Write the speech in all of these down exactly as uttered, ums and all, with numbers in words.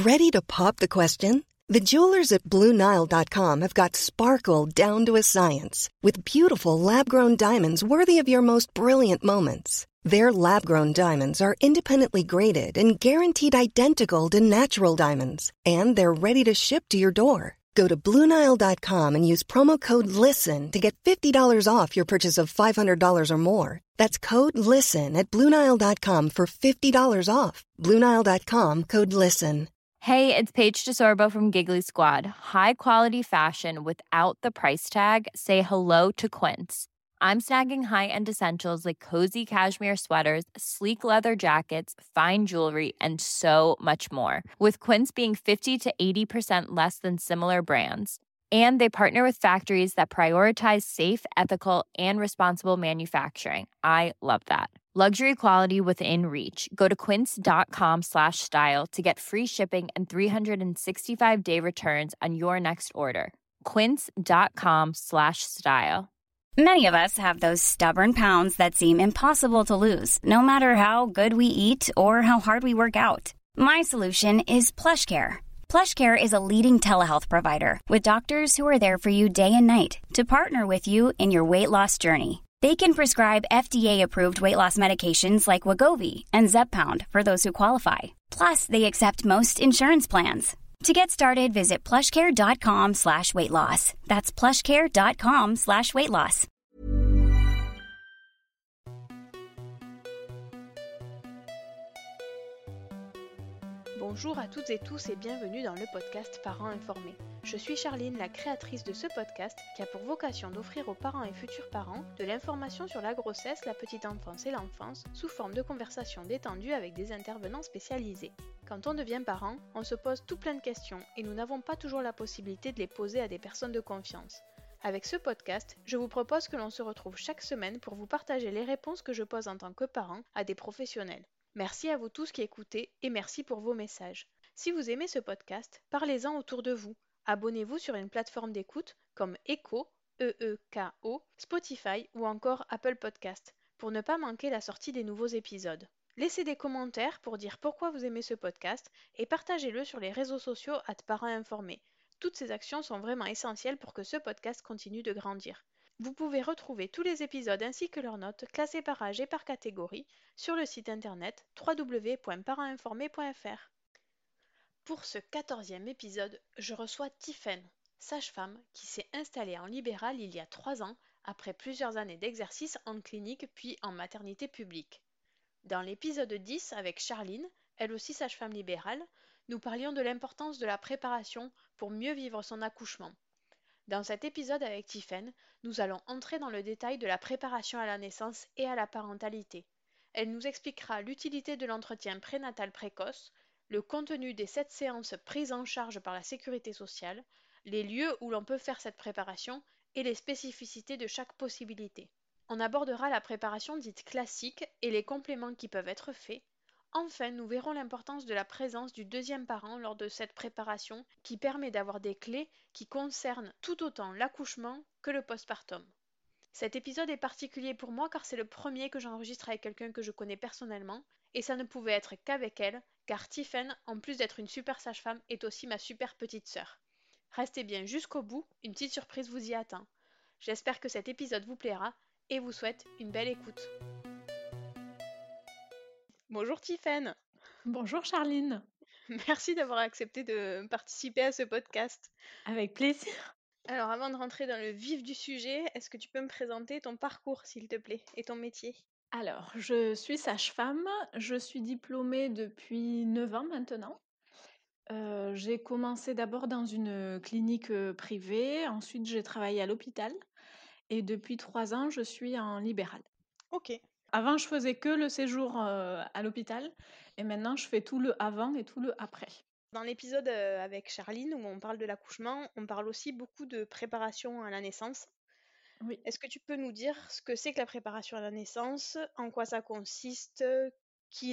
Ready to pop the question? The jewelers at Blue Nile dot com have got sparkle down to a science with beautiful lab-grown diamonds worthy of your most brilliant moments. Their lab-grown diamonds are independently graded and guaranteed identical to natural diamonds, and they're ready to ship to your door. Go to Blue Nile dot com and use promo code LISTEN to get fifty dollars off your purchase of five hundred dollars or more. That's code LISTEN at Blue Nile dot com for fifty dollars off. Blue Nile dot com, code LISTEN. Hey, it's Paige DeSorbo from Giggly Squad. High quality fashion without the price tag. Say hello to Quince. I'm snagging high-end essentials like cozy cashmere sweaters, sleek leather jackets, fine jewelry, and so much more. With Quince being fifty to eighty percent less than similar brands. And they partner with factories that prioritize safe, ethical, and responsible manufacturing. I love that. Luxury quality within reach. Go to quince.com slash style to get free shipping and three sixty-five day returns on your next order. Quince.com slash style. Many of us have those stubborn pounds that seem impossible to lose, no matter how good we eat or how hard we work out. My solution is PlushCare. PlushCare is a leading telehealth provider with doctors who are there for you day and night to partner with you in your weight loss journey. They can prescribe F D A-approved weight loss medications like Wegovy and Zepbound for those who qualify. Plus, they accept most insurance plans. To get started, visit plushcare.com slash weight loss. That's plushcare.com slash weight loss. Bonjour à toutes et tous et bienvenue dans le podcast Parents informés. Je suis Charline, la créatrice de ce podcast qui a pour vocation d'offrir aux parents et futurs parents de l'information sur la grossesse, la petite enfance et l'enfance sous forme de conversations détendues avec des intervenants spécialisés. Quand on devient parent, on se pose tout plein de questions et nous n'avons pas toujours la possibilité de les poser à des personnes de confiance. Avec ce podcast, je vous propose que l'on se retrouve chaque semaine pour vous partager les réponses que je pose en tant que parent à des professionnels. Merci à vous tous qui écoutez et merci pour vos messages. Si vous aimez ce podcast, parlez-en autour de vous. Abonnez-vous sur une plateforme d'écoute comme Echo, E E K O, Spotify ou encore Apple Podcast pour ne pas manquer la sortie des nouveaux épisodes. Laissez des commentaires pour dire pourquoi vous aimez ce podcast et partagez-le sur les réseaux sociaux arobase parents informés. Toutes ces actions sont vraiment essentielles pour que ce podcast continue de grandir. Vous pouvez retrouver tous les épisodes ainsi que leurs notes classées par âge et par catégorie sur le site internet w w w point parents informés point f r. Pour ce quatorzième épisode, je reçois Tiffaine, sage-femme qui s'est installée en libéral il y a trois ans après plusieurs années d'exercice en clinique puis en maternité publique. Dans l'épisode dix avec Charline, elle aussi sage-femme libérale, nous parlions de l'importance de la préparation pour mieux vivre son accouchement. Dans cet épisode avec Tiffaine, nous allons entrer dans le détail de la préparation à la naissance et à la parentalité. Elle nous expliquera l'utilité de l'entretien prénatal précoce, le contenu des sept séances prises en charge par la sécurité sociale, les lieux où l'on peut faire cette préparation et les spécificités de chaque possibilité. On abordera la préparation dite classique et les compléments qui peuvent être faits. Enfin, nous verrons l'importance de la présence du deuxième parent lors de cette préparation qui permet d'avoir des clés qui concernent tout autant l'accouchement que le postpartum. Cet épisode est particulier pour moi car c'est le premier que j'enregistre avec quelqu'un que je connais personnellement et ça ne pouvait être qu'avec elle car Tiffaine, en plus d'être une super sage-femme, est aussi ma super petite sœur. Restez bien jusqu'au bout, une petite surprise vous y attend. J'espère que cet épisode vous plaira et vous souhaite une belle écoute. Bonjour Tiffaine. Bonjour Charline. Merci d'avoir accepté de participer à ce podcast. Avec plaisir. Alors avant de rentrer dans le vif du sujet, est-ce que tu peux me présenter ton parcours s'il te plaît et ton métier ? Alors, je suis sage-femme, je suis diplômée depuis neuf ans maintenant. Euh, j'ai commencé d'abord dans une clinique euh, privée, ensuite j'ai travaillé à l'hôpital et depuis trois ans je suis en libéral. Ok. Avant je faisais que le séjour euh, à l'hôpital et maintenant je fais tout le avant et tout le après. Dans l'épisode euh, avec Charline où on parle de l'accouchement, on parle aussi beaucoup de préparation à la naissance. Oui. Est-ce que tu peux nous dire ce que c'est que la préparation à la naissance, en quoi ça consiste, qui l'a fait ?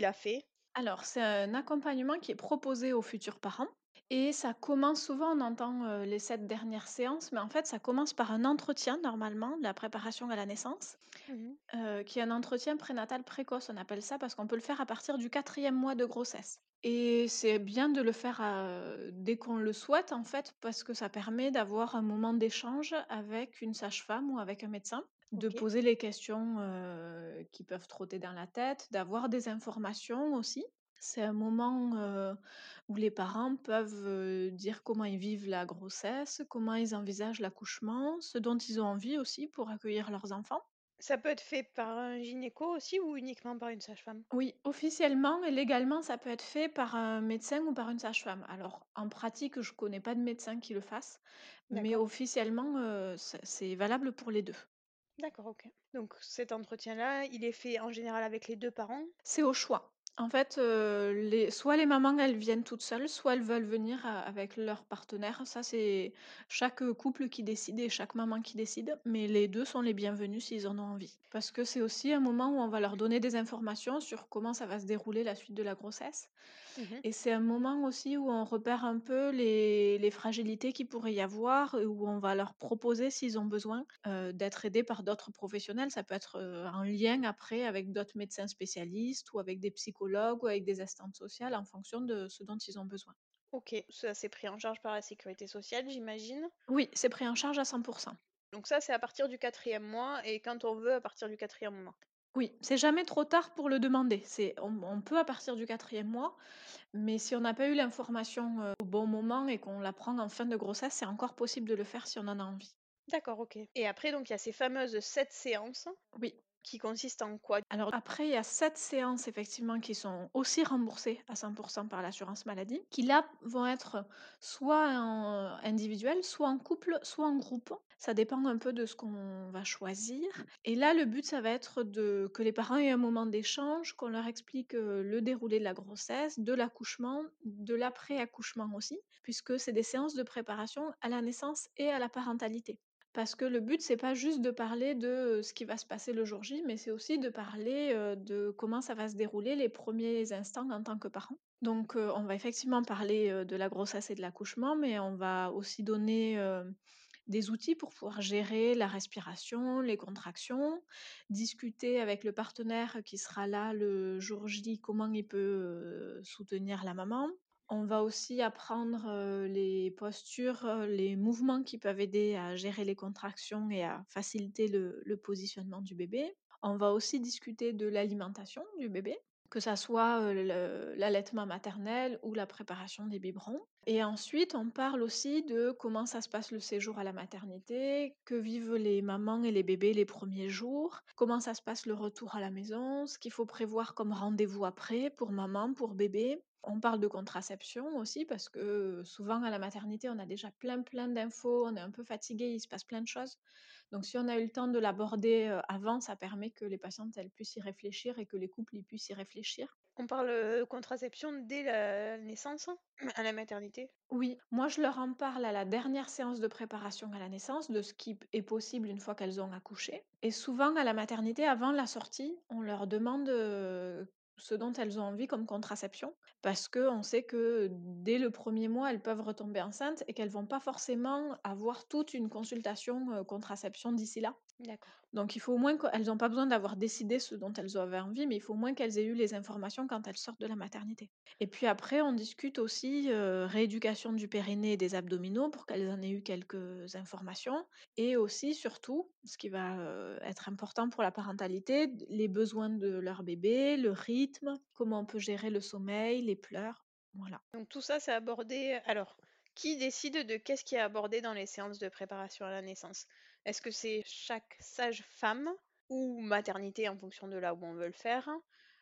Alors, c'est un accompagnement qui est proposé aux futurs parents et ça commence souvent, on entend, heu, les sept dernières séances, mais en fait, ça commence par un entretien normalement, de la préparation à la naissance, Mmh. heu, qui est un entretien prénatal précoce, on appelle ça, parce qu'on peut le faire à partir du quatrième mois de grossesse et c'est bien de le faire, heu, dès qu'on le souhaite, en fait, parce que ça permet d'avoir un moment d'échange avec une sage-femme ou avec un médecin, de OK. poser les questions, heu, qui peuvent trotter dans la tête, d'avoir des informations aussi. C'est un moment, heu, où les parents peuvent, heu, dire comment ils vivent la grossesse, comment ils envisagent l'accouchement, ce dont ils ont envie aussi pour accueillir leurs enfants. Ça peut être fait par un gynéco aussi ou uniquement par une sage-femme? Oui, officiellement et légalement, ça peut être fait par un médecin ou par une sage-femme. Alors, en pratique, je connais pas de médecin qui le fasse, mais D'accord. officiellement, heu, c'est c'est valable pour les deux. D'accord, OK. Donc cet entretien-là, il est fait en général avec les deux parents? C'est au choix. En fait, heu, les soit les mamans, elles viennent toutes seules, soit elles veulent venir a avec leur partenaire. Ça, c'est chaque, couple qui décide et chaque maman qui décide, mais les deux sont les bienvenus s'ils en ont envie. Parce que c'est aussi un moment où on va leur donner des informations sur comment ça va se dérouler la suite de la grossesse. Mmh. Et c'est un moment aussi où on repère un peu les les fragilités qu'il pourrait y avoir et où on va leur proposer, s'ils ont besoin, heu, d'être aidés par d'autres professionnels. Ça peut être, heu, en lien après avec d'autres médecins spécialistes ou avec des psychologues ou avec des assistantes sociales en fonction de ce dont ils ont besoin. OK, ça c'est pris en charge par la sécurité sociale, j'imagine? Oui, c'est pris en charge à cent. Donc ça, c'est à partir du quatrième mois et quand on veut à partir du quatrième mois? Oui, c'est jamais trop tard pour le demander. C'est on on peut à partir du quatrième mois, mais si on n'a pas eu l'information, heu, au bon moment et qu'on la prend en fin de grossesse, c'est encore possible de le faire si on en a envie. D'accord, OK. Et après donc il y a ces fameuses sept séances Oui. qui consistent en quoi? Alors après, il y a sept séances effectivement qui sont aussi remboursées à cent par l'assurance maladie, qui là vont être soit en individuel, soit en couple, soit en groupe. Ça dépend un peu de ce qu'on va choisir. Et là, le but, ça va être de que les parents aient un moment d'échange, qu'on leur explique euh, le déroulé de la grossesse, de l'accouchement, de l'après-accouchement aussi, puisque c'est des séances de préparation à la naissance et à la parentalité. Parce que le but, c'est pas juste de parler de, heu, ce qui va se passer le jour J, mais c'est aussi de parler, heu, de comment ça va se dérouler les premiers instants en tant que parent. Donc, heu, on va effectivement parler, heu, de la grossesse et de l'accouchement, mais on va aussi donner, heu, des outils pour pouvoir gérer la respiration, les contractions, discuter avec le partenaire qui sera là le jour J, comment il peut, heu, soutenir la maman. On va aussi apprendre, heu, les postures, heu, les mouvements qui peuvent aider à gérer les contractions et à faciliter le le positionnement du bébé. On va aussi discuter de l'alimentation du bébé, que ça soit, heu, le l'allaitement maternel ou la préparation des biberons. Et ensuite, on parle aussi de comment ça se passe le séjour à la maternité, que vivent les mamans et les bébés les premiers jours, comment ça se passe le retour à la maison, ce qu'il faut prévoir comme rendez-vous après pour maman, pour bébé. On parle de contraception aussi parce que, souvent à la maternité, on a déjà plein, plein d'infos, on est un peu fatigué, il se passe plein de choses. Donc si on a eu le temps de l'aborder, heu, avant, ça permet que les patientes, elles puissent y réfléchir et que les couples, ils puissent y réfléchir. On parle, heu, contraception dès la naissance? À la maternité? Oui, moi je leur en parle à la dernière séance de préparation à la naissance, de ce qui p est possible une fois qu'elles ont accouché. Et souvent à la maternité, avant la sortie, on leur demande, heu, ce dont elles ont envie comme contraception. Parce qu'on sait que dès le premier mois, elles peuvent retomber enceintes et qu'elles vont pas forcément avoir toute une consultation, heu, contraception d'ici là. D'accord. Donc il faut au moins qu'elles n'ont pas besoin d'avoir décidé ce dont elles avaient envie, mais il faut au moins qu'elles aient eu les informations quand elles sortent de la maternité. Et puis après, on discute aussi, heu, rééducation du périnée et des abdominaux pour qu'elles en aient eu quelques informations et aussi, surtout, ce qui va, heu, être important pour la parentalité, d les besoins de leur bébé, le rythme, comment on peut gérer le sommeil, les pleurs, voilà. Donc tout ça, c'est abordé alors, qui décide de qu'est-ce qui est abordé dans les séances de préparation à la naissance? Est-ce que c'est chaque sage-femme ou maternité en fonction de là où on veut le faire?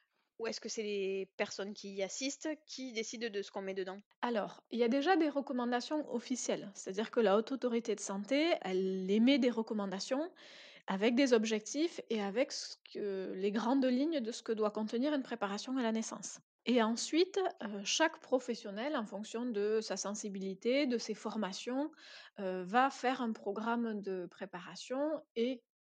Ou est-ce que c'est les personnes qui y assistent qui décident de ce qu'on met dedans? Alors, il y a déjà des recommandations officielles, c'est-à-dire que la Haute Autorité de Santé, elle émet des recommandations avec des objectifs et avec ce que les grandes lignes de ce que doit contenir une préparation à la naissance. Et ensuite, heu, chaque professionnel, en fonction de sa sensibilité, de ses formations, heu, va faire un programme de préparation et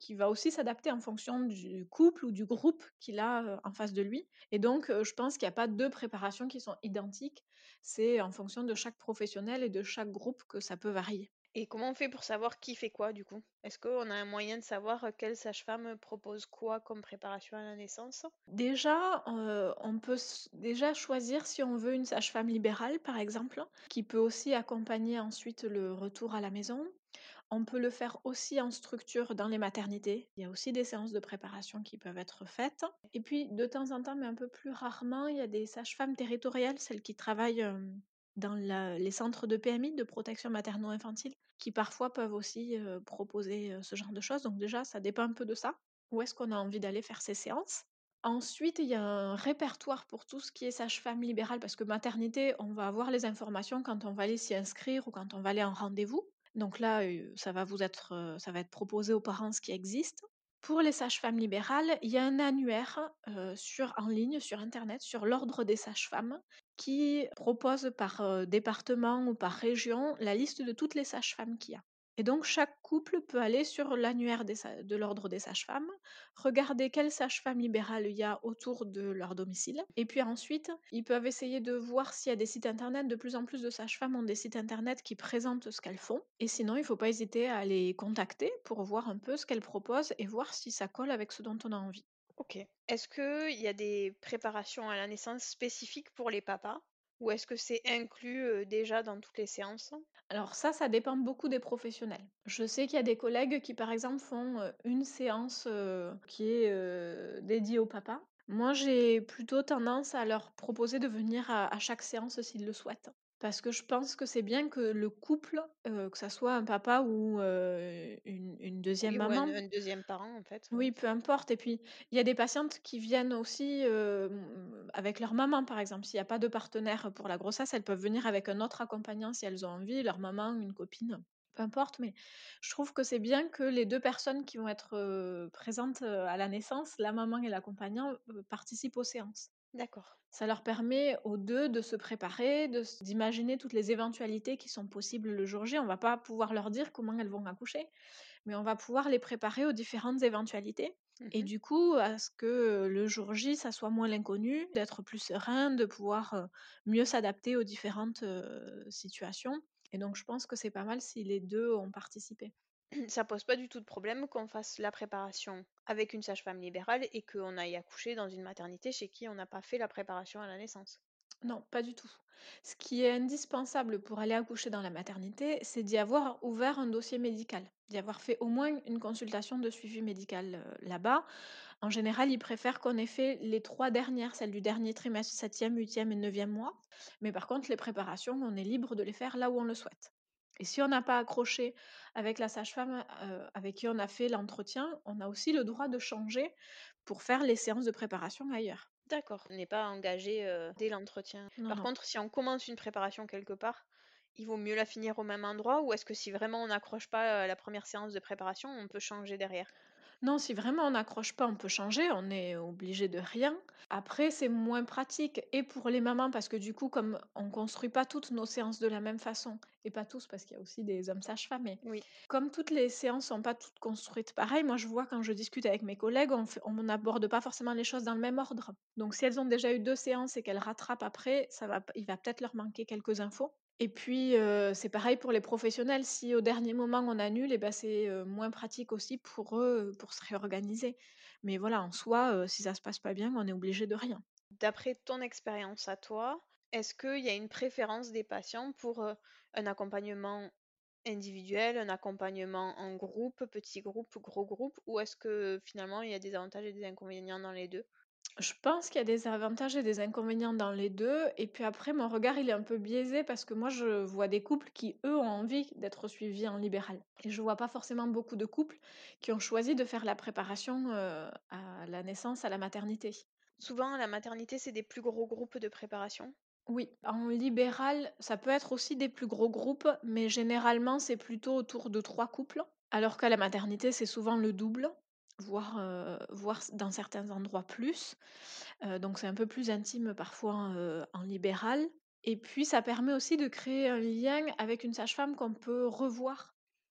qui va aussi s'adapter en fonction du couple ou du groupe qu'il a, heu, en face de lui et donc heu, je pense qu'il y a pas deux préparations qui sont identiques. C'est en fonction de chaque professionnel et de chaque groupe que ça peut varier. Et comment on fait pour savoir qui fait quoi du coup? Est-ce qu'on a un moyen de savoir, heu, quelle sage-femme propose quoi comme préparation à la naissance? Déjà, heu, on peut s déjà choisir si on veut une sage-femme libérale, par exemple, qui peut aussi accompagner ensuite le retour à la maison. On peut le faire aussi en structure dans les maternités. Il y a aussi des séances de préparation qui peuvent être faites. Et puis, de temps en temps, mais un peu plus rarement, il y a des sages-femmes territoriales, celles qui travaillent, hem, dans la les centres de P M I, de protection materno-infantile, qui parfois peuvent aussi, heu, proposer, heu, ce genre de choses. Donc déjà, ça dépend un peu de ça. Où est-ce qu'on a envie d'aller faire ces séances? Ensuite, il y a un répertoire pour tout ce qui est sage-femme libérale, parce que maternité, on va avoir les informations quand on va aller s'y inscrire ou quand on va aller en rendez-vous. Donc là, heu, ça va vous être, heu, ça va être proposé aux parents ce qui existe. Pour les sages-femmes libérales, il y a un annuaire, heu, sur en ligne sur internet, sur l'Ordre des sages-femmes, qui propose par, heu, département ou par région la liste de toutes les sages-femmes qu'il y a. Et donc chaque couple peut aller sur l'annuaire des sa de l'Ordre des sages-femmes, regarder quelle sage-femme libérale il y a autour de leur domicile et puis ensuite, ils peuvent essayer de voir s'il y a des sites internet. De plus en plus de sages-femmes ont des sites internet qui présentent ce qu'elles font et sinon, il faut pas hésiter à les contacter pour voir un peu ce qu'elles proposent et voir si ça colle avec ce dont on a envie. OK. Est-ce qu'il y a des préparations à la naissance spécifiques pour les papas? Ou est-ce que c'est inclus, heu, déjà dans toutes les séances? Alors ça, ça dépend beaucoup des professionnels. Je sais qu'il y a des collègues qui, par exemple, font, heu, une séance, heu, qui est, heu, dédiée au papa. Moi, j'ai plutôt tendance à leur proposer de venir à à chaque séance s'ils le souhaitent. Parce que je pense que c'est bien que le couple, heu, que ça soit un papa ou, heu, une une deuxième Oui, ou un maman. un deuxième parent en fait, Oui, oui. peu importe et puis, il y a des patientes qui viennent aussi, hem, avec leur maman, par exemple. S'il y a pas de partenaire pour la grossesse, elles peuvent venir avec un autre accompagnant si elles ont envie, leur maman, une copine, peu importe, mais je trouve que c'est bien que les deux personnes qui vont être, heu, présentes, heu, à la naissance, la maman et l'accompagnant, heu, participent aux séances. D'accord. Ça leur permet aux deux de se préparer, de s d'imaginer toutes les éventualités qui sont possibles le jour J. On va pas pouvoir leur dire comment elles vont accoucher, mais on va pouvoir les préparer aux différentes éventualités et Mmh. du coup, à ce que, heu, le jour J, ça soit moins l'inconnu, d'être plus serein, de pouvoir, heu, mieux s'adapter aux différentes, heu, situations et donc je pense que c'est pas mal si les deux ont participé. Ça pose pas du tout de problème qu'on fasse la préparation avec une sage-femme libérale et qu'on aille accoucher dans une maternité chez qui on n'a pas fait la préparation à la naissance? Non, pas du tout. Ce qui est indispensable pour aller accoucher dans la maternité, c'est d'y avoir ouvert un dossier médical, d'y avoir fait au moins une consultation de suivi médical, heu, là-bas. En général, ils préfèrent qu'on ait fait les trois dernières, celles du dernier trimestre, septième, huitième et neuvième mois. Mais par contre, les préparations, on est libre de les faire là où on le souhaite. Et si on n'a pas accroché avec la sage-femme, heu, avec qui on a fait l'entretien, on a aussi le droit de changer pour faire les séances de préparation ailleurs. D'accord, on n'est pas engagé, heu, dès l'entretien. Non, Par non. contre, si on commence une préparation quelque part, il vaut mieux la finir au même endroit ou est-ce que si vraiment on n'accroche pas, à la première séance de préparation, on peut changer derrière? Non, si vraiment on n'accroche pas, on peut changer, on est obligé de rien. Après, c'est moins pratique et pour les mamans parce que du coup, comme on construit pas toutes nos séances de la même façon, et pas tous parce qu'il y a aussi des hommes sages-femmes, mais Oui. comme toutes les séances sont pas toutes construites pareil, moi je vois quand je discute avec mes collègues, on fait on n'aborde pas forcément les choses dans le même ordre. Donc si elles ont déjà eu deux séances et qu'elles rattrapent après, ça va p il va peut-être leur manquer quelques infos. Et puis, heu, c'est pareil pour les professionnels, si au dernier moment on annule et bah, c'est, heu, moins pratique aussi pour eux, heu, pour se réorganiser. Mais voilà, en soi, heu, si ça se passe pas bien, on est obligé de rien. D'après ton expérience à toi, est-ce qu'il y a une préférence des patients pour, heu, un accompagnement individuel, un accompagnement en groupe, petit groupe, gros groupe? Ou est-ce que finalement il y a des avantages et des inconvénients dans les deux? Je pense qu'il y a des avantages et des inconvénients dans les deux. Et puis après mon regard, il est un peu biaisé parce que moi je vois des couples qui, eux, ont envie d'être suivis en libéral. Et je vois pas forcément beaucoup de couples qui ont choisi de faire la préparation, heu, à la naissance, à la maternité. Souvent, la maternité, c'est des plus gros groupes de préparation? Oui, en libéral, ça peut être aussi des plus gros groupes, mais généralement, c'est plutôt autour de trois couples, alors qu'à la maternité, c'est souvent le double, voire, heu, voire s dans certains endroits plus. Heu, donc c'est un peu plus intime parfois, heu, en libéral et puis ça permet aussi de créer un lien avec une sage-femme qu'on peut revoir.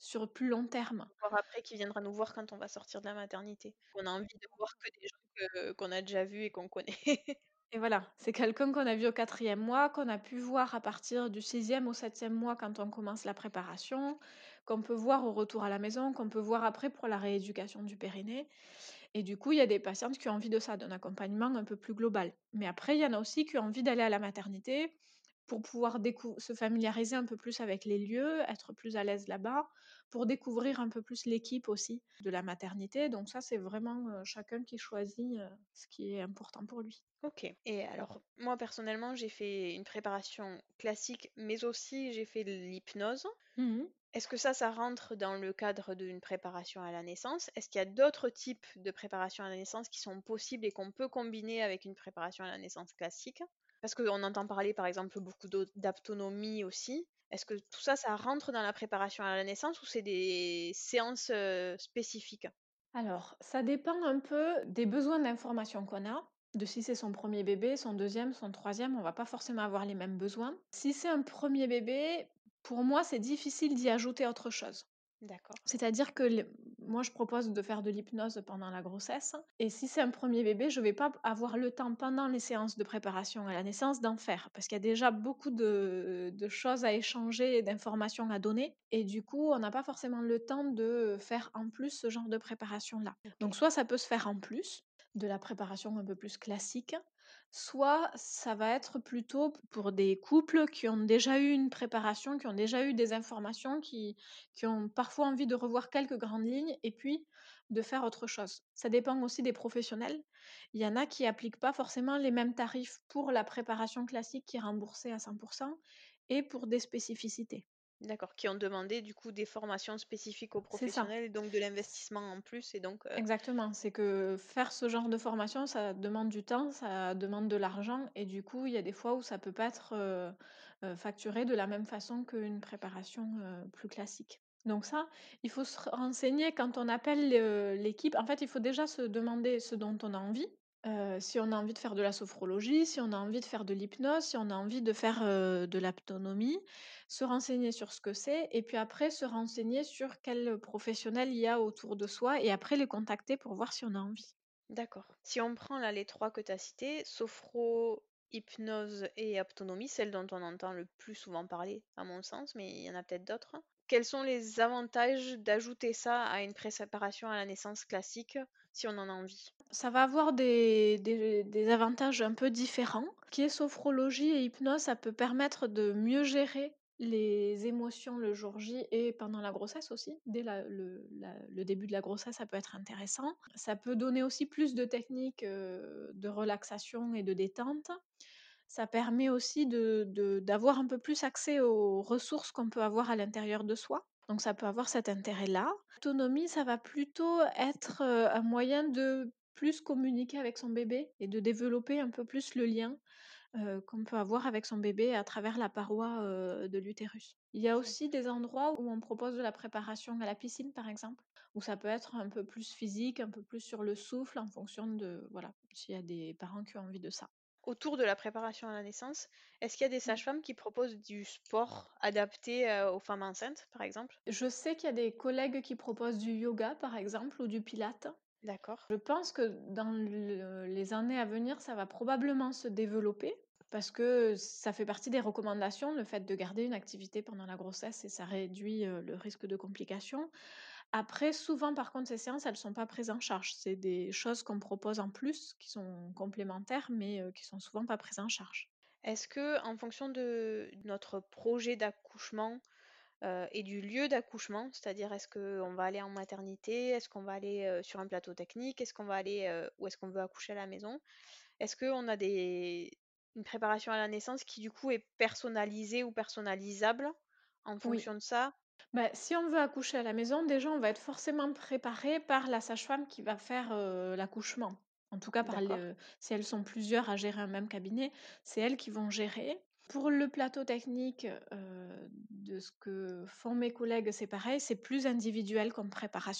sur plus long terme. Voir après qui viendra nous voir quand on va sortir de la maternité. On a envie de voir que des gens que qu'on a déjà vus et qu'on connaît. Et voilà, c'est quelqu'un qu'on a vu au quatrième mois, qu'on a pu voir à partir du sixième au septième mois quand on commence la préparation, qu'on peut voir au retour à la maison, qu'on peut voir après pour la rééducation du périnée. Et du coup, il y a des patientes qui ont envie de ça, d'un accompagnement un peu plus global. Mais après, il y en a aussi qui ont envie d'aller à la maternité pour pouvoir décou- se familiariser un peu plus avec les lieux, être plus à l'aise là-bas, pour découvrir un peu plus l'équipe aussi de la maternité. Donc ça, c'est vraiment euh, chacun qui choisit euh, ce qui est important pour lui. OK. Et alors, moi personnellement, j'ai fait une préparation classique, mais aussi j'ai fait de l'hypnose. Mhm. Est-ce que ça, ça rentre dans le cadre d'une préparation à la naissance? Est-ce qu'il y a d'autres types de préparation à la naissance qui sont possibles et qu'on peut combiner avec une préparation à la naissance classique? Parce qu'on entend parler, par exemple, beaucoup d'au- d'autonomie aussi. Est-ce que tout ça, ça rentre dans la préparation à la naissance ou c'est des séances euh, spécifiques? Alors, ça dépend un peu des besoins d'information qu'on a, de si c'est son premier bébé, son deuxième, son troisième, on va pas forcément avoir les mêmes besoins. Si c'est un premier bébé, pour moi, c'est difficile d'y ajouter autre chose. D'accord. C'est-à-dire que le- moi, je propose de faire de l'hypnose pendant la grossesse. Et si c'est un premier bébé, je ne vais pas avoir le temps pendant les séances de préparation à la naissance d'en faire. Parce qu'il y a déjà beaucoup de, de choses à échanger et d'informations à donner. Et du coup, on n'a pas forcément le temps de faire en plus ce genre de préparation-là. Donc, Ok. soit ça peut se faire en plus de la préparation un peu plus classique, soit ça va être plutôt pour des couples qui ont déjà eu une préparation, qui ont déjà eu des informations, qui, qui ont parfois envie de revoir quelques grandes lignes et puis de faire autre chose. Ça dépend aussi des professionnels. Il y en a qui appliquent pas forcément les mêmes tarifs pour la préparation classique qui est remboursée à cent pour cent et pour des spécificités. D'accord. Qui ont demandé du coup des formations spécifiques aux C'est ça. professionnels et donc de l'investissement en plus et donc euh, Exactement, c'est que faire ce genre de formation, ça demande du temps, ça demande de l'argent et du coup, il y a des fois où ça peut pas être, heu heu, facturé de la même façon qu'une préparation, heu, plus classique. Donc ça, il faut se renseigner quand on appelle le l'équipe. En fait, il faut déjà se demander ce dont on a envie. Heu, si on a envie de faire de la sophrologie, si on a envie de faire de l'hypnose, si on a envie de faire, heu, de l'autonomie, se renseigner sur ce que c'est et puis après se renseigner sur quel professionnel il y a autour de soi et après les contacter pour voir si on a envie. d'accord. Si on prend là les trois que tu as cités, sophro, hypnose et autonomie, celles dont on entend le plus souvent parler, à mon sens, mais il y en a peut-être d'autres. Quels sont les avantages d'ajouter ça à une préparation à la naissance classique si on en a envie? Ça va avoir des des des avantages un peu différents. Qui est sophrologie et hypnose, ça peut permettre de mieux gérer les émotions le jour J et pendant la grossesse aussi. Dès la le la le début de la grossesse, ça peut être intéressant. Ça peut donner aussi plus de techniques, heu, de relaxation et de détente. Ça permet aussi de de d'avoir un peu plus accès aux ressources qu'on peut avoir à l'intérieur de soi. Donc ça peut avoir cet intérêt-là. L'autonomie, ça va plutôt être, heu, un moyen de plus communiquer avec son bébé et de développer un peu plus le lien, heu, qu'on peut avoir avec son bébé à travers la paroi, heu, de l'utérus. Il y a aussi des endroits où on propose de la préparation à la piscine, par exemple, où ça peut être un peu plus physique, un peu plus sur le souffle en fonction de voilà, s'il y a des parents qui ont envie de ça. Autour de la préparation à la naissance, est-ce qu'il y a des Mmh. sages-femmes qui proposent du sport adapté euh, aux femmes enceintes, par exemple? Je sais qu'il y a des collègues qui proposent du yoga, par exemple, ou du pilate. D'accord. Je pense que dans le les années à venir, ça va probablement se développer parce que ça fait partie des recommandations, le fait de garder une activité pendant la grossesse et ça réduit, heu, le risque de complications. Après, souvent, par contre, ces séances, elles sont pas prises en charge. C'est des choses qu'on propose en plus, qui sont complémentaires, mais heu, qui sont souvent pas prises en charge. Est-ce que, en fonction de notre projet d'accouchement, Heu et du lieu d'accouchement, c'est-à-dire est-ce qu'on va aller en maternité? Est-ce qu'on va aller, heu, sur un plateau technique? Est-ce qu'on va aller, heu, ou est-ce qu'on veut accoucher à la maison? Est-ce qu'on a des une préparation à la naissance qui du coup est personnalisée ou personnalisable en Oui. fonction de ça? Bah, si on veut accoucher à la maison, déjà, on va être forcément préparé par la sage-femme qui va faire, heu, l'accouchement. En tout cas, par D'accord. le si elles sont plusieurs à gérer un même cabinet, c'est elles qui vont gérer. Pour le plateau technique, heu, de ce que font mes collègues, c'est pareil, c'est plus individuel comme préparation.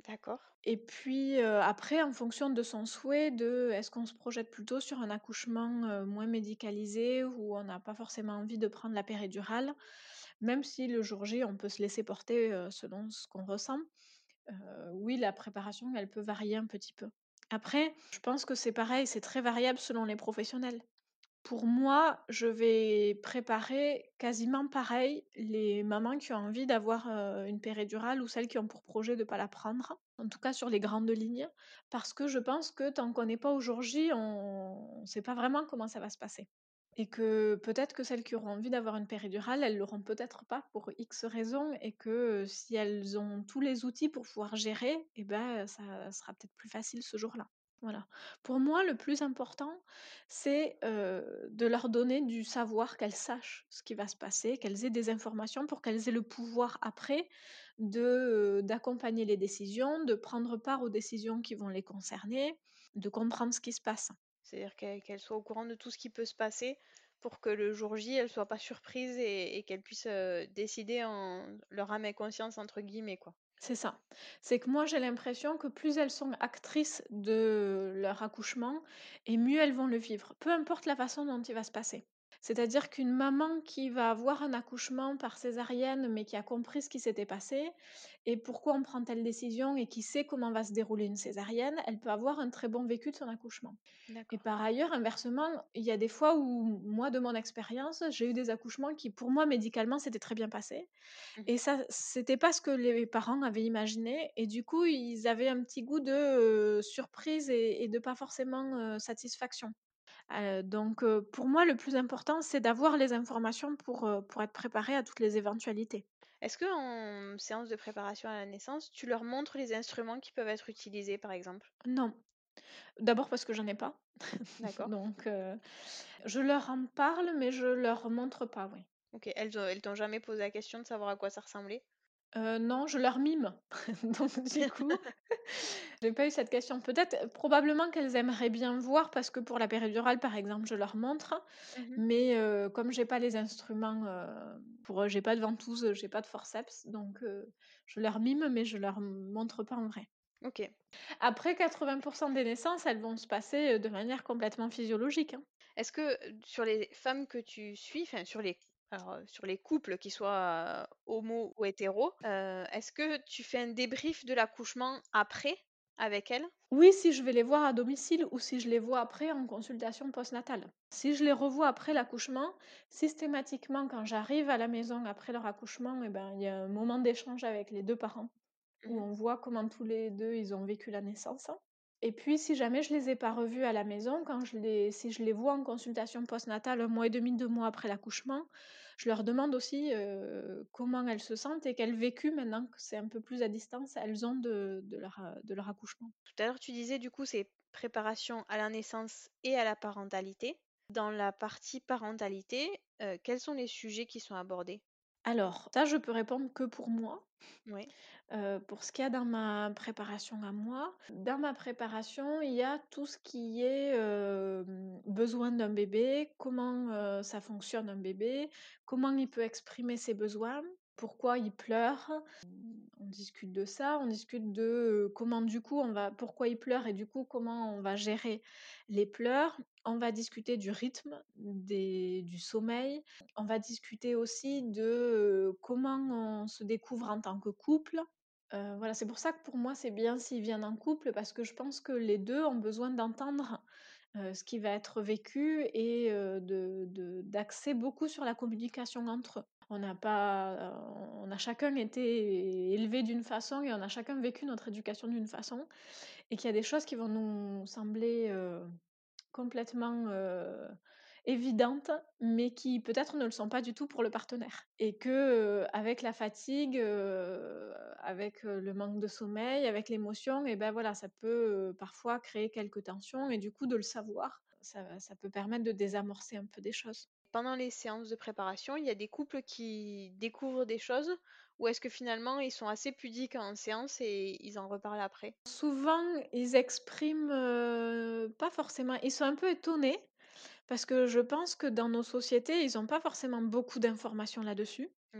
D'accord. Et puis, heu, après en fonction de son souhait de est-ce qu'on se projette plutôt sur un accouchement, heu, moins médicalisé où on n'a pas forcément envie de prendre la péridurale, même si le jour J, on peut se laisser porter, heu, selon ce qu'on ressent. Heu, oui, la préparation, elle peut varier un petit peu. Après, je pense que c'est pareil, c'est très variable selon les professionnels. Pour moi, je vais préparer quasiment pareil les mamans qui ont envie d'avoir, heu, une péridurale ou celles qui ont pour projet de ne pas la prendre, en tout cas sur les grandes lignes, parce que je pense que tant qu'on n'est pas au jour J, on ne sait pas vraiment comment ça va se passer et que peut-être que celles qui auront envie d'avoir une péridurale, elles l'auront peut-être pas pour X raisons et que, heu, si elles ont tous les outils pour pouvoir gérer et ben, ça sera peut-être plus facile ce jour-là. Voilà. Pour moi, le plus important, c'est, heu, de leur donner du savoir, qu'elles sachent ce qui va se passer, qu'elles aient des informations pour qu'elles aient le pouvoir après de, heu, d'accompagner les décisions, de prendre part aux décisions qui vont les concerner, de comprendre ce qui se passe. C'est-à-dire qu'elle qu'elle soit au courant de tout ce qui peut se passer pour que le jour J, elle soit pas surprise et, et qu'elle puisse euh, décider en leur âme et conscience, entre guillemets, quoi. C'est ça. C'est que moi, j'ai l'impression que plus elles sont actrices de leur accouchement et mieux elles vont le vivre, peu importe la façon dont il va se passer. C'est-à-dire qu'une maman qui va avoir un accouchement par césarienne, mais qui a compris ce qui s'était passé et pourquoi on prend telle décision et qui sait comment va se dérouler une césarienne, elle peut avoir un très bon vécu de son accouchement. Et D'accord. par ailleurs, inversement, il y a des fois où, moi, de mon expérience, j'ai eu des accouchements qui, pour moi, médicalement, s'étaient très bien passés Mhm. et ça, c'était pas ce que les parents avaient imaginé et du coup, ils avaient un petit goût de, heu, surprise et et de pas forcément, heu, satisfaction. Heu, donc heu, pour moi, le plus important, c'est d'avoir les informations pour, heu, pour être préparé à toutes les éventualités. Est-ce que en séance de préparation à la naissance, tu leur montres les instruments qui peuvent être utilisés, par exemple? Non, d'abord parce que j'en ai pas, D'accord. donc heu, je leur en parle, mais je leur montre pas, oui. Ok. Elles, ont- elles t'ont jamais posé la question de savoir à quoi ça ressemblait? Heu, non, je leur mime, donc du coup, j'ai pas eu cette question. Peut-être probablement qu'elles aimeraient bien voir parce que pour la péridurale, par exemple, je leur montre, Mhm. mais heu, comme j'ai pas les instruments, heu, pour, heu, j'ai pas de ventouse, j'ai pas de forceps, donc heu, je leur mime, mais je leur montre pas en vrai. Ok. Après quatre-vingts des naissances, elles vont se passer, heu, de manière complètement physiologique, hein. Est-ce que euh, sur les femmes que tu suis, enfin sur les, alors, euh, sur les couples qui soient euh, homo ou hétéro, euh, est-ce que tu fais un débrief de l'accouchement après avec elles? Oui, si je vais les voir à domicile ou si je les vois après en consultation postnatale. Si je les revois après l'accouchement, systématiquement, quand j'arrive à la maison après leur accouchement, eh ben, il y a un moment d'échange avec les deux parents où Mhm. on voit comment tous les deux ils ont vécu la naissance. Et puis, si jamais je les ai pas revus à la maison, quand je les si je les vois en consultation postnatale un mois et demi, deux mois après l'accouchement, je leur demande aussi, heu, comment elles se sentent et quel vécu, maintenant que c'est un peu plus à distance, elles ont de de leur, heu, de leur accouchement. Tout à l'heure, tu disais du coup c'est préparation à la naissance et à la parentalité. Dans la partie parentalité, euh, quels sont les sujets qui sont abordés? Alors, ça, je peux répondre que pour moi. Oui. Heu, pour ce qu'il y a dans ma préparation à moi, dans ma préparation, il y a tout ce qui est, hem, besoin d'un bébé, comment, heu, ça fonctionne un bébé, comment il peut exprimer ses besoins, pourquoi il pleure. On discute de ça, on discute de, heu, comment du coup on va pourquoi il pleure et du coup comment on va gérer les pleurs. On va discuter du rythme, des du sommeil. On va discuter aussi de, heu, comment on se découvre en tant que couple. Heu, voilà, c'est pour ça que pour moi, c'est bien s'ils viennent en couple parce que je pense que les deux ont besoin d'entendre, heu, ce qui va être vécu et heu, de de d'axer beaucoup sur la communication entre eux. On n'a pas, on a chacun été élevés d'une façon et on a chacun vécu notre éducation d'une façon et qu'il y a des choses qui vont nous sembler, heu, complètement, heu, évidentes, mais qui peut-être ne le sont pas du tout pour le partenaire. Et que, heu, avec la fatigue, heu, avec, heu, le manque de sommeil, avec l'émotion et ben, voilà, ça peut, heu, parfois créer quelques tensions et du coup de le savoir, ça ça peut permettre de désamorcer un peu des choses. Pendant les séances de préparation, il y a des couples qui découvrent des choses ou est-ce que finalement ils sont assez pudiques en séance et ils en reparlent après? Souvent, ils expriment, heu, pas forcément ils sont un peu étonnés parce que je pense que dans nos sociétés, ils ont pas forcément beaucoup d'informations là-dessus. Oui.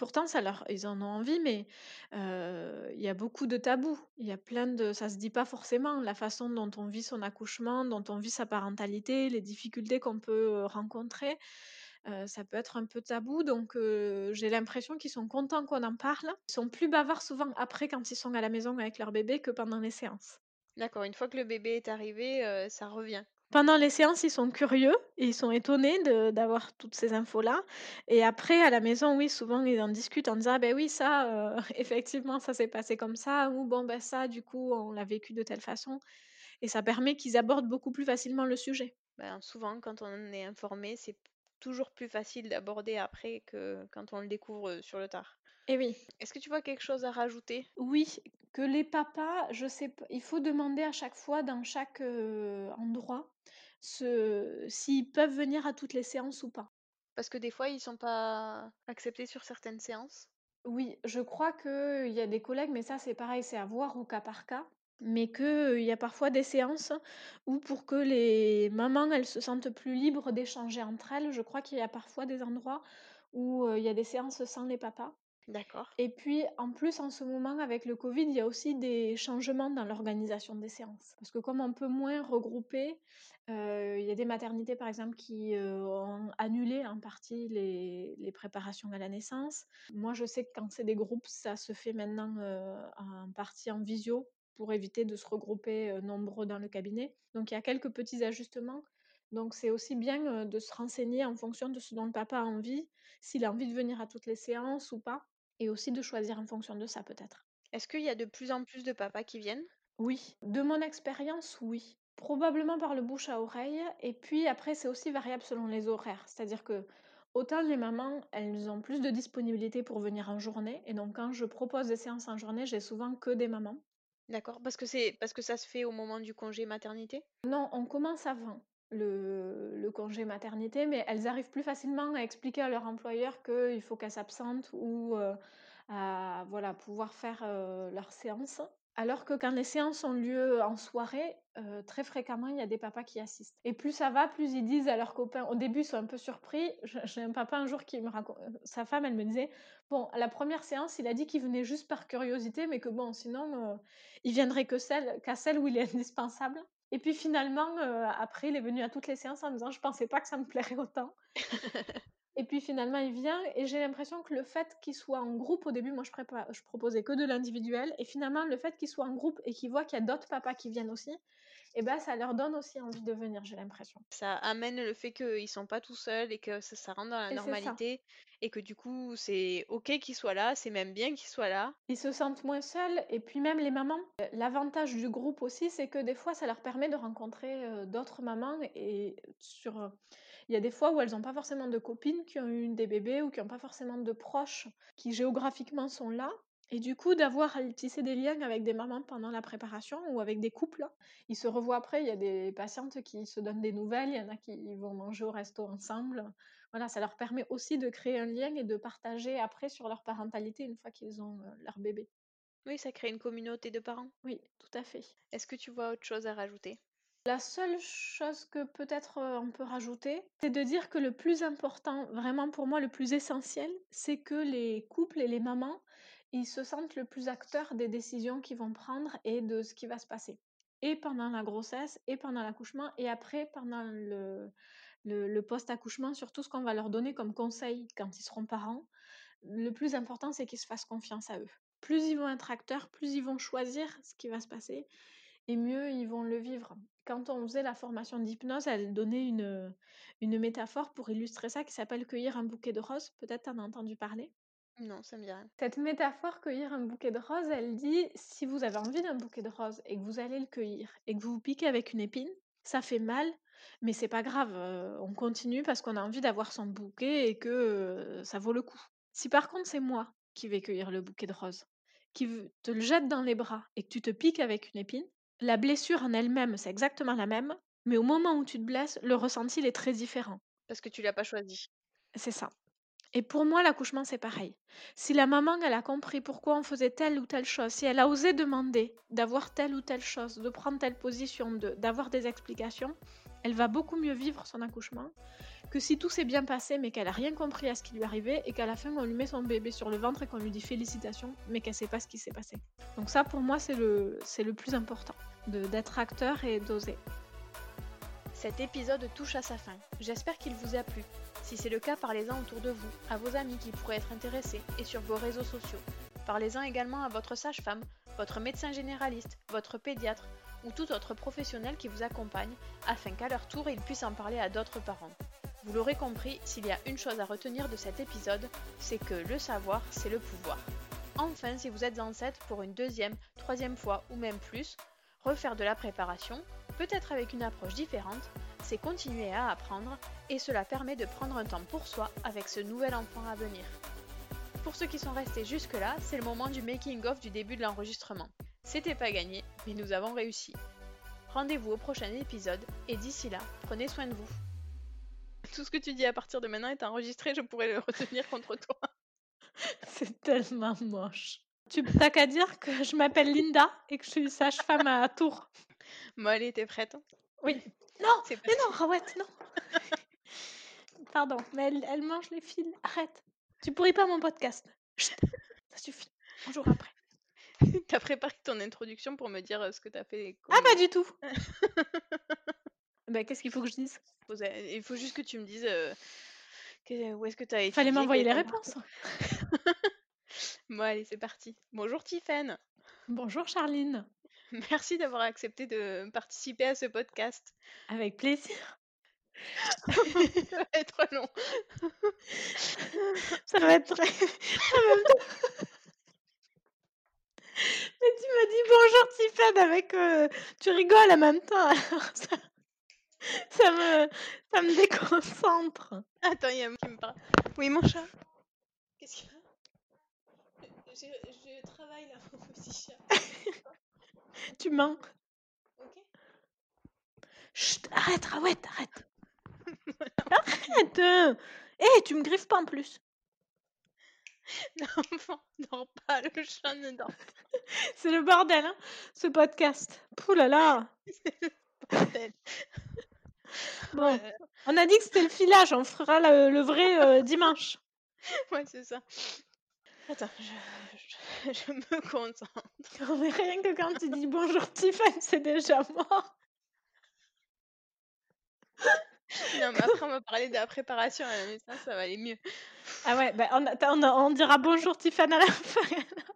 Pourtant, ça leur ils en ont envie, mais heu, il y a beaucoup de tabous. Il y a plein de ça se dit pas forcément, la façon dont on vit son accouchement, dont on vit sa parentalité, les difficultés qu'on peut, heu, rencontrer, heu, ça peut être un peu tabou donc heu, j'ai l'impression qu'ils sont contents qu'on en parle. Ils sont plus bavards souvent après quand ils sont à la maison avec leur bébé que pendant les séances. D'accord, une fois que le bébé est arrivé, heu, ça revient. Pendant les séances, ils sont curieux et ils sont étonnés de d'avoir toutes ces infos-là et après à la maison, oui, souvent ils en discutent en disant: «Ah beh oui, ça, heu, effectivement, ça s'est passé comme ça» ou «Bon, bah, ça, du coup, on l'a vécu de telle façon» et ça permet qu'ils abordent beaucoup plus facilement le sujet. Ben, souvent quand on est informé, c'est p toujours plus facile d'aborder après que quand on le découvre, heu, sur le tard. Et oui. Est-ce que tu vois quelque chose à rajouter? Oui, que les papas, je sais p il faut demander à chaque fois dans chaque, heu, endroit, ce s'ils peuvent venir à toutes les séances ou pas. Parce que des fois, ils sont pas acceptés sur certaines séances? Oui, je crois qu'il y a des collègues, mais ça c'est pareil, c'est à voir au cas par cas, mais qu'il y a parfois des séances où pour que les mamans, elles se sentent plus libres d'échanger entre elles, je crois qu'il y a parfois des endroits où, heu, il y a des séances sans les papas. D'accord. Et puis, en plus, en ce moment, avec le covid, il y a aussi des changements dans l'organisation des séances. Parce que comme on peut moins regrouper, heu, il y a des maternités, par exemple, qui, heu, ont annulé en partie les les préparations à la naissance. Moi, je sais que quand c'est des groupes, ça se fait maintenant, heu, en partie en visio pour éviter de se regrouper, heu, nombreux dans le cabinet. Donc il y a quelques petits ajustements. Donc c'est aussi bien, heu, de se renseigner en fonction de ce dont le papa a envie, s'il a envie de venir à toutes les séances ou pas. Et aussi de choisir en fonction de ça peut-être. Est-ce qu'il y a de plus en plus de papas qui viennent? Oui, de mon expérience, oui. Probablement par le bouche à oreille et puis après c'est aussi variable selon les horaires. C'est-à-dire que autant les mamans, elles ont plus de disponibilité pour venir en journée et donc quand je propose des séances en journée, j'ai souvent que des mamans. D'accord, parce que c'est parce que ça se fait au moment du congé maternité? Non, on commence avant le le congé maternité, mais elles arrivent plus facilement à expliquer à leur employeur qu'il faut qu'elles s'absentent ou, heu, à voilà, pouvoir faire, heu, leurs séances. Alors que quand les séances ont lieu en soirée, heu, très fréquemment, il y a des papas qui assistent et plus ça va, plus ils disent à leurs copains au début, ils sont un peu surpris. Je j'ai un papa un jour qui me raconte, sa femme, elle me disait: «Bon, à la première séance, il a dit qu'il venait juste par curiosité, mais que bon, sinon, heu, il viendrait que celle qu'à celle où il est indispensable». Et puis finalement, heu, après, il est venu à toutes les séances en me disant: «Je pensais pas que ça me plairait autant». Et puis finalement, il vient et j'ai l'impression que le fait qu'il soit en groupe au début, moi je prépa je proposais que de l'individuel et finalement le fait qu'il soit en groupe et qu'il voit qu'il y a d'autres papas qui viennent aussi et ben, ça leur donne aussi envie de venir, j'ai l'impression. Ça amène le fait qu'ils sont pas tout seuls et que ça ça rentre dans la Et c'est ça. normalité et que du coup, c'est OK qu'ils soient là, c'est même bien qu'ils soient là. Ils se sentent moins seuls et puis même les mamans, heu, l'avantage du groupe aussi, c'est que des fois, ça leur permet de rencontrer, heu, d'autres mamans et sur, heu, il y a des fois où elles ont pas forcément de copines qui ont eu des bébés ou qui ont pas forcément de proches qui géographiquement sont là et du coup, d'avoir à tisser des liens avec des mamans pendant la préparation ou avec des couples. Ils se revoient après, il y a des patientes qui se donnent des nouvelles, il y en a qui vont manger au resto ensemble. Voilà, ça leur permet aussi de créer un lien et de partager après sur leur parentalité une fois qu'ils ont, heu, leur bébé. Oui, ça crée une communauté de parents. Oui, tout à fait. Est-ce que tu vois autre chose à rajouter? La seule chose que peut-être, heu, on peut rajouter, c'est de dire que le plus important, vraiment pour moi le plus essentiel, c'est que les couples et les mamans, ils se sentent le plus acteurs des décisions qu'ils vont prendre et de ce qui va se passer. Et pendant la grossesse et pendant l'accouchement et après pendant le le le post-accouchement sur tout ce qu'on va leur donner comme conseil quand ils seront parents. Le plus important, c'est qu'ils se fassent confiance à eux. Plus ils vont être acteurs, plus ils vont choisir ce qui va se passer et mieux ils vont le vivre. Quand on faisait la formation d'hypnose, elle donnait une, une métaphore pour illustrer ça qui s'appelle cueillir un bouquet de roses. Peut-être tu en as entendu parler. Non, ça me dit rien. Cette métaphore cueillir un bouquet de roses, elle dit si vous avez envie d'un bouquet de roses et que vous allez le cueillir et que vous vous piquez avec une épine, ça fait mal, mais c'est pas grave, heu, on continue parce qu'on a envie d'avoir son bouquet et que, heu, ça vaut le coup. Si par contre c'est moi qui vais cueillir le bouquet de roses, qui v te le jette dans les bras et que tu te piques avec une épine, la blessure en elle-même, c'est exactement la même, mais au moment où tu te blesses, le ressenti, il est très différent. Parce que tu l'as pas choisi. C'est ça. Et pour moi, l'accouchement, c'est pareil. Si la maman, elle a compris pourquoi on faisait telle ou telle chose, si elle a osé demander d'avoir telle ou telle chose, de prendre telle position, de d'avoir des explications, elle va beaucoup mieux vivre son accouchement que si tout s'est bien passé mais qu'elle a rien compris à ce qui lui arrivait et qu'à la fin on lui met son bébé sur le ventre et qu'on lui dit félicitations mais qu'elle sait pas ce qui s'est passé. Donc ça pour moi c'est le, c'est le plus important, de, d'être acteur et d'oser. Cet épisode touche à sa fin. J'espère qu'il vous a plu. Si c'est le cas, parlez-en autour de vous, à vos amis qui pourraient être intéressés et sur vos réseaux sociaux. Parlez-en également à votre sage-femme, votre médecin généraliste, votre pédiatre ou tout autre professionnel qui vous accompagne afin qu'à leur tour ils puissent en parler à d'autres parents. Vous l'aurez compris, s'il y a une chose à retenir de cet épisode, c'est que le savoir, c'est le pouvoir. Enfin, si vous êtes enceinte pour une deuxième, troisième fois ou même plus, refaire de la préparation, peut-être avec une approche différente, c'est continuer à apprendre et cela permet de prendre un temps pour soi avec ce nouvel enfant à venir. Pour ceux qui sont restés jusque-là, c'est le moment du making-of du début de l'enregistrement. C'était pas gagné, mais nous avons réussi. Rendez-vous au prochain épisode et d'ici là, prenez soin de vous. Tout ce que tu dis à partir de maintenant est enregistré, je pourrais le retenir contre toi. C'est tellement moche. Tu t'as qu'à dire que je m'appelle Linda et que je suis sage-femme à Tours. Bon allez, t'es prête? Oui. Non, mais non, Rawette, non. Pardon, mais elle, elle mange les fils. Arrête. Tu pourris pas mon podcast. Chut, ça suffit. Bonjour après. T'as préparé ton introduction pour me dire ce que t'as fait. Comme... Ah, pas du tout. Bah, qu'est-ce qu'il faut que je dise? Il faut juste que tu me dises euh, que, où est-ce que t'as étudié. Fallait m'envoyer les réponses. Bon, allez, c'est parti. Bonjour Tiffaine. Bonjour Charline. Merci d'avoir accepté de participer à ce podcast. Avec plaisir. Ça va être long. Ça va être très... en même temps... Mais tu m'as dit bonjour Tiffaine avec... Euh... Tu rigoles en même temps. Alors ça... ça me... ça me déconcentre. Attends, il y a un qui me parle. Oui, mon chat. Qu'est-ce qu'il y a? Je, je travaille là, mon petit chat. Tu mens. Ok. Chut, arrête, Rawette, arrête. Arrête. Hé, hey, tu me griffes pas en plus. L'enfant ne dort pas, le chat ne dort pas. C'est le bordel, hein, ce podcast. Pouh là là. C'est le bordel. Bon, euh... on a dit que c'était le filage, on fera le, le vrai euh, dimanche. Ouais, c'est ça. Attends, je, je, je me concentre. Mais rien que quand tu dis bonjour Tiffany, c'est déjà mort. Non, mais après, on va parler de la préparation à la naissance, ça va aller mieux. Ah ouais, bah on, on, on dira bonjour Tiffany à la fin.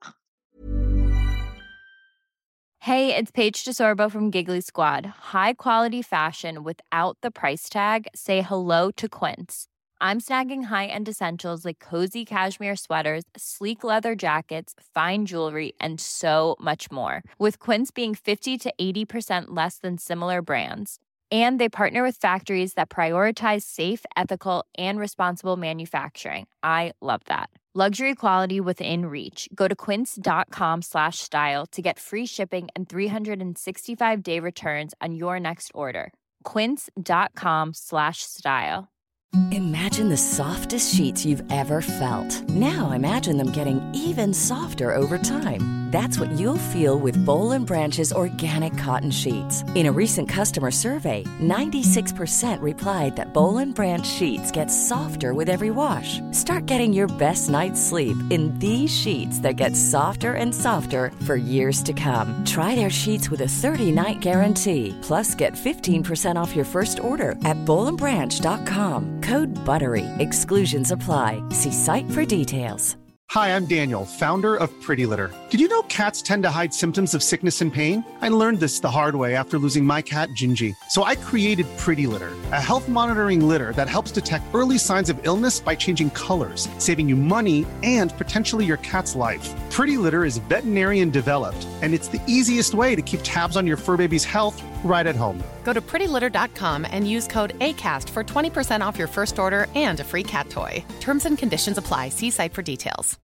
Hey, it's Paige DeSorbo from Giggly Squad. High quality fashion without the price tag. Say hello to Quince. I'm snagging high-end essentials like cozy cashmere sweaters, sleek leather jackets, fine jewelry, and so much more. With Quince being fifty to eighty percent less than similar brands. And they partner with factories that prioritize safe, ethical, and responsible manufacturing. I love that. Luxury quality within reach. Go to quince.com slash style to get free shipping and three sixty-five day returns on your next order. Quince.com slash style. Imagine the softest sheets you've ever felt. Now imagine them getting even softer over time. That's what you'll feel with Boll and Branch's organic cotton sheets. In a recent customer survey, ninety-six percent replied that Boll and Branch sheets get softer with every wash. Start getting your best night's sleep in these sheets that get softer and softer for years to come. Try their sheets with a thirty-night guarantee. Plus, get fifteen percent off your first order at boll and branch dot com. Code BUTTERY. Exclusions apply. See site for details. Hi, I'm Daniel, founder of Pretty Litter. Did you know cats tend to hide symptoms of sickness and pain? I learned this the hard way after losing my cat, Gingy. So I created Pretty Litter, a health monitoring litter that helps detect early signs of illness by changing colors, saving you money and potentially your cat's life. Pretty Litter is veterinarian developed, and it's the easiest way to keep tabs on your fur baby's health right at home. Go to pretty litter dot com and use code ACAST for twenty percent off your first order and a free cat toy. Terms and conditions apply. See site for details.